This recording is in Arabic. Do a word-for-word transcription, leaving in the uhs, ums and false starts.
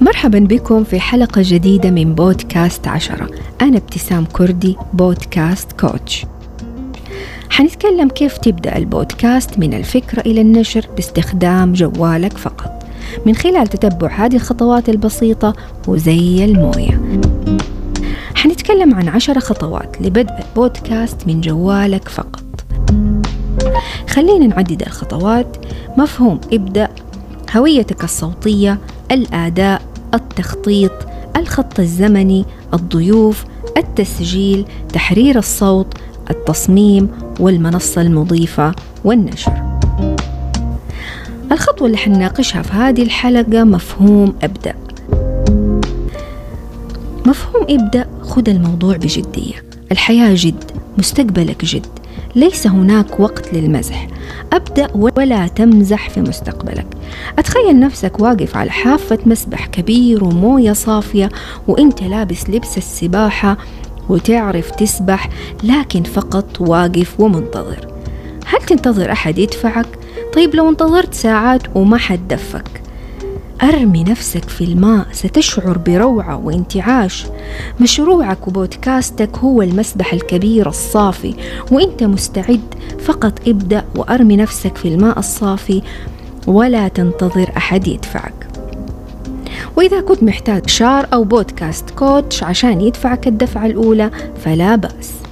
مرحبا بكم في حلقة جديدة من بودكاست عشرة. أنا ابتسام كردي، بودكاست كوتش. حنتكلم كيف تبدأ البودكاست من الفكرة إلى النشر باستخدام جوالك فقط، من خلال تتبع هذه الخطوات البسيطة وزي الموية. حنتكلم عن عشر خطوات لبدء البودكاست من جوالك فقط. خلينا نعدد الخطوات. مفهوم ابدأ، هويتك الصوتية، الأداء، التخطيط، الخط الزمني، الضيوف، التسجيل، تحرير الصوت، التصميم، والمنصة المضيفة والنشر. الخطوة اللي حنناقشها في هذه الحلقة مفهوم ابدأ. مفهوم ابدأ، خذ الموضوع بجدية. الحياة جد، مستقبلك جد، ليس هناك وقت للمزح. أبدأ ولا تمزح في مستقبلك. أتخيل نفسك واقف على حافة مسبح كبير وموية صافية، وإنت لابس لبس السباحة وتعرف تسبح، لكن فقط واقف ومنتظر. هل تنتظر أحد يدفعك؟ طيب لو انتظرت ساعات وما حد دفك، أرمي نفسك في الماء، ستشعر بروعة وانتعاش. مشروعك وبودكاستك هو المسبح الكبير الصافي، وإنت مستعد. فقط ابدأ وأرمي نفسك في الماء الصافي ولا تنتظر أحد يدفعك. وإذا كنت محتاج شار أو بودكاست كوتش عشان يدفعك الدفعة الأولى فلا بأس.